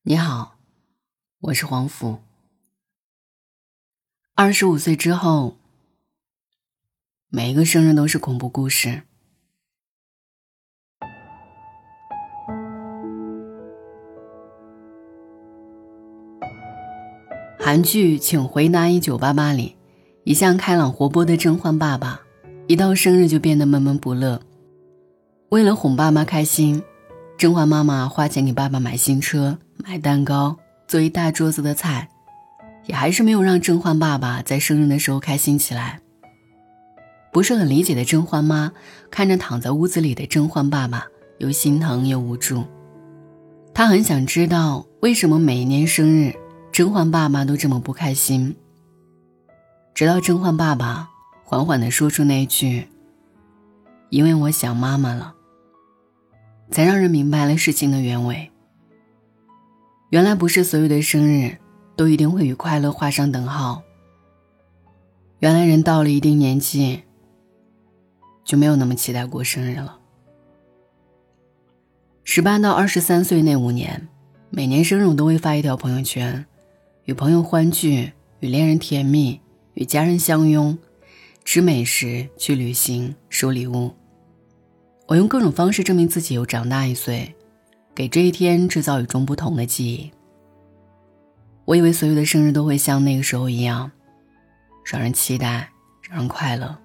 你好，我是黄甫。25岁之后，每一个生日都是恐怖故事。韩剧《请回答1988》里，一向开朗活泼的甄嬛爸爸，一到生日就变得闷闷不乐。为了哄爸妈开心，甄嬛妈妈花钱给爸爸买新车、买蛋糕、做一大桌子的菜，也还是没有让甄嬛爸爸在生日的时候开心起来。不是很理解的甄嬛妈看着躺在屋子里的甄嬛爸爸，又心疼又无助。她很想知道为什么每一年生日甄嬛爸爸都这么不开心。直到甄嬛爸爸缓缓地说出那句“因为我想妈妈了”，才让人明白了事情的原委。原来不是所有的生日都一定会与快乐画上等号。原来人到了一定年纪，就没有那么期待过生日了。18到23岁那5年，每年生日我都会发一条朋友圈，与朋友欢聚，与恋人甜蜜，与家人相拥，吃美食，去旅行，收礼物。我用各种方式证明自己又长大1岁，给这一天制造与众不同的记忆。我以为所有的生日都会像那个时候一样，让人期待，让人快乐。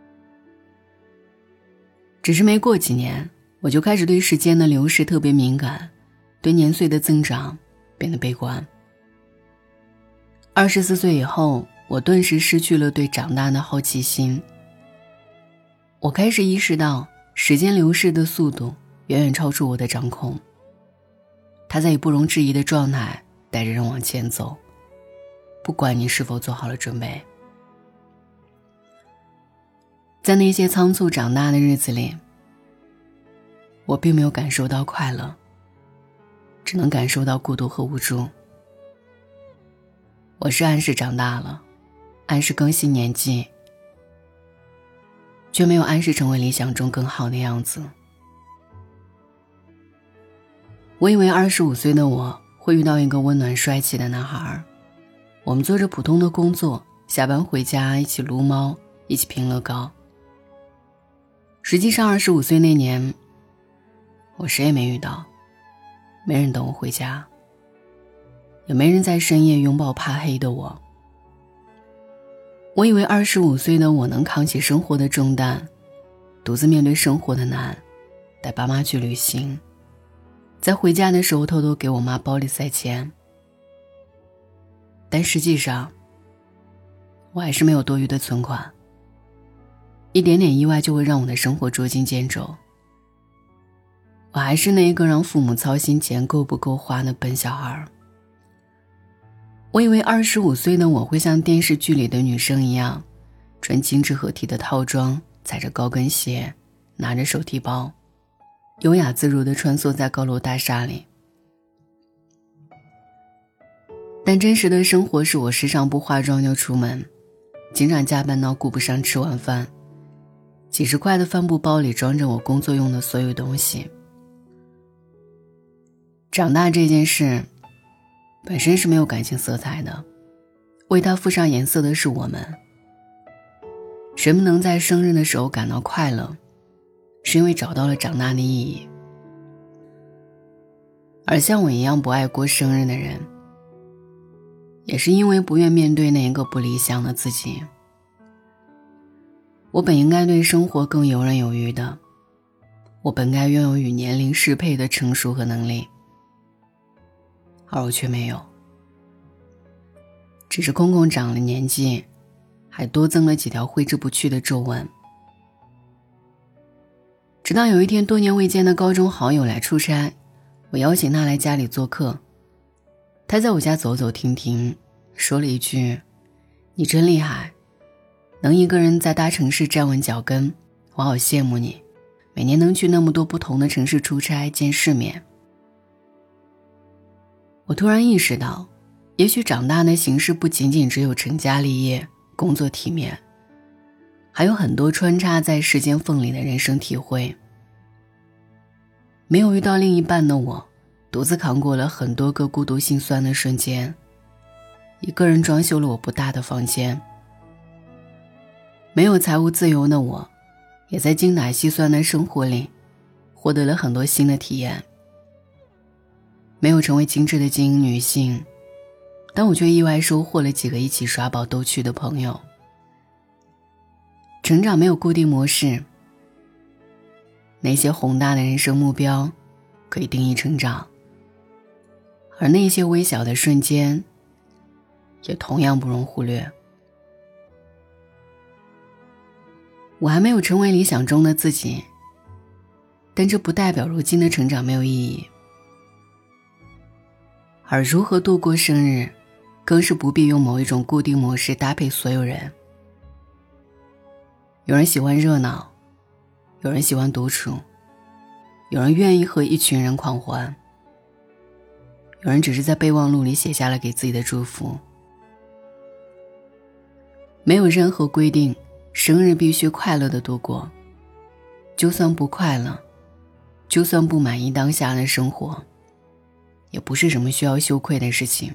只是没过几年，我就开始对时间的流逝特别敏感，对年岁的增长变得悲观。24岁以后，我顿时失去了对长大的好奇心。我开始意识到时间流逝的速度远远超出我的掌控，它在以不容置疑的状态带着人往前走，不管你是否做好了准备。在那些仓促长大的日子里，我并没有感受到快乐，只能感受到孤独和无助。我是按时长大了，按时更新年纪，却没有按时成为理想中更好的样子。我以为25岁的我会遇到一个温暖帅气的男孩，我们做着普通的工作，下班回家一起撸猫，一起拼乐高。实际上25岁那年，我谁也没遇到，没人等我回家，也没人在深夜拥抱怕黑的我。我以为25岁的我能扛起生活的重担，独自面对生活的难，带爸妈去旅行，在回家的时候偷偷给我妈包里塞钱。但实际上，我还是没有多余的存款，一点点意外就会让我的生活捉襟见肘。我还是那一个让父母操心钱够不够花的笨小孩。我以为25岁的我会像电视剧里的女生一样，穿精致合体的套装，踩着高跟鞋，拿着手提包，优雅自如地穿梭在高楼大厦里。但真实的生活是我时常不化妆就出门，经常加班到顾不上吃晚饭，几十块的帆布包里装着我工作用的所有东西。长大这件事本身是没有感情色彩的，为它附上颜色的是我们。人们能在生日的时候感到快乐，是因为找到了长大的意义。而像我一样不爱过生日的人，也是因为不愿面对那一个不理想的自己。我本应该对生活更游刃有余的，我本该拥有与年龄适配的成熟和能力，而我却没有，只是空空长了年纪，还多增了几条挥之不去的皱纹。直到有一天，多年未见的高中好友来出差，我邀请他来家里做客。他在我家走走停停，说了一句：“你真厉害，能一个人在大城市站稳脚跟，我好羡慕你，每年能去那么多不同的城市出差见世面。”我突然意识到，也许长大的形式不仅仅只有成家立业、工作体面，还有很多穿插在时间缝里的人生体会。没有遇到另一半的我， 独自扛过了很多个孤独心酸的瞬间，一个人装修了我不大的房间。没有财务自由的我，也在精打细算的生活里获得了很多新的体验。没有成为精致的精英女性，但我却意外收获了几个一起耍宝逗趣的朋友。成长没有固定模式，那些宏大的人生目标可以定义成长，而那些微小的瞬间也同样不容忽略。我还没有成为理想中的自己，但这不代表如今的成长没有意义。而如何度过生日，更是不必用某一种固定模式搭配所有人。有人喜欢热闹，有人喜欢独处，有人愿意和一群人狂欢，有人只是在备忘录里写下了给自己的祝福。没有任何规定，生日必须快乐地度过，就算不快乐，就算不满意当下的生活，也不是什么需要羞愧的事情。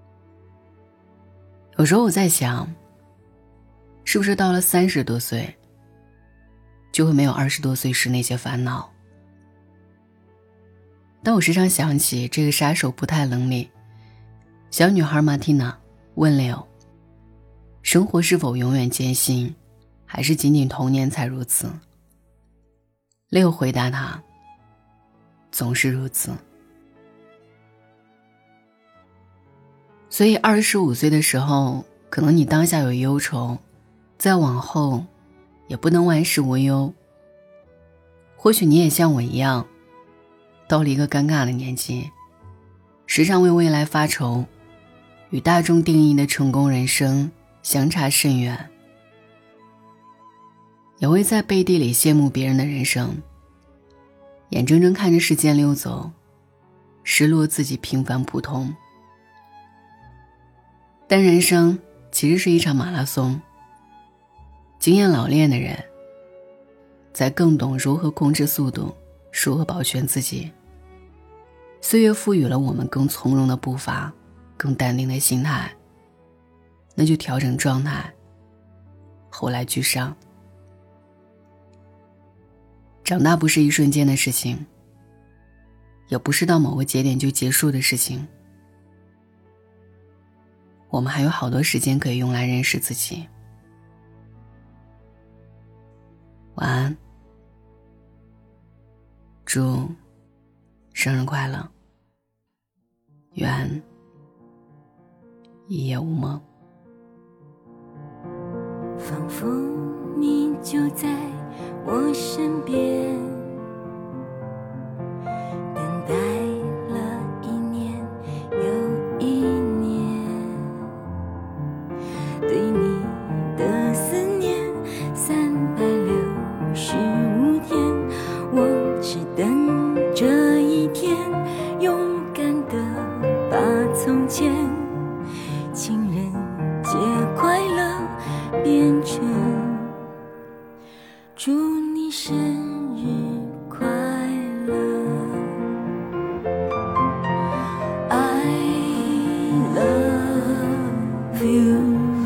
有时候我在想，是不是到了30多岁，就会没有20多岁时那些烦恼。但我时常想起这个杀手不太冷里，小女孩马蒂娜问 Leo， 生活是否永远艰辛，还是仅仅童年才如此？ Leo 回答他，总是如此。所以25岁的时候，可能你当下有忧愁，再往后也不能万事无忧。或许你也像我一样，到了一个尴尬的年纪，时常为未来发愁，与大众定义的成功人生相差甚远，也会在背地里羡慕别人的人生，眼睁睁看着时间溜走，失落自己平凡普通。但人生其实是一场马拉松，经验老练的人才更懂如何控制速度，如何保全自己。岁月赋予了我们更从容的步伐，更淡定的心态，那就调整状态，后来居上。长大不是一瞬间的事情，也不是到某个节点就结束的事情。我们还有好多时间可以用来认识自己。晚安，祝生日快乐，愿一夜无梦。 仿佛你就在我身边，等待了1年又1年，对你的思念365天，我只等这一天，勇敢地把从前情人节快乐变成祝你生日快乐。 I love you，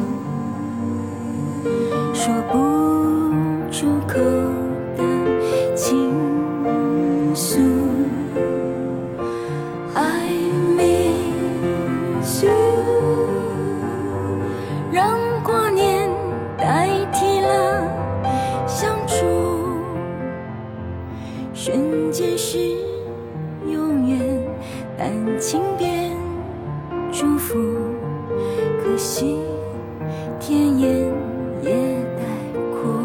说不出口的情愫， I miss you， 让过年代替了相处，瞬间是永远，但情变祝福，可惜甜言也带苦。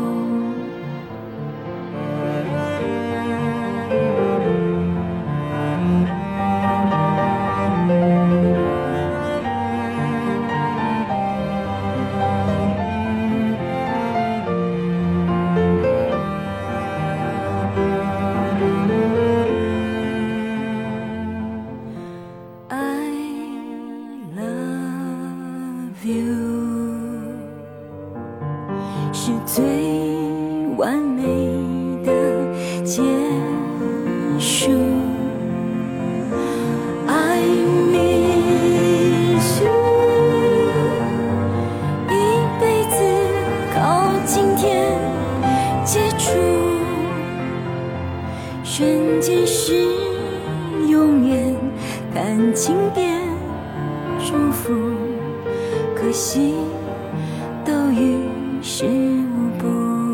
是最完美的结束。 轻点祝福，可惜都于事无补。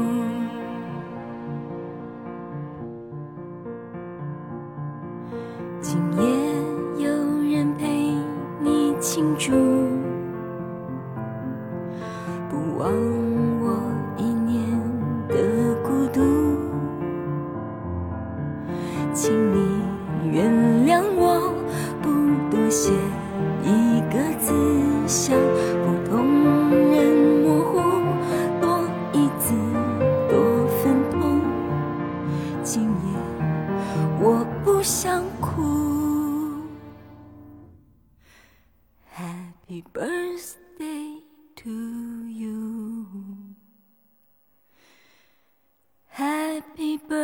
今夜有人陪你庆祝，不忘我一年的孤独，请你原谅我不多写一个字，像普通人模糊，多一字多分痛。今夜我不想哭。Happy birthday to you. Happy birthday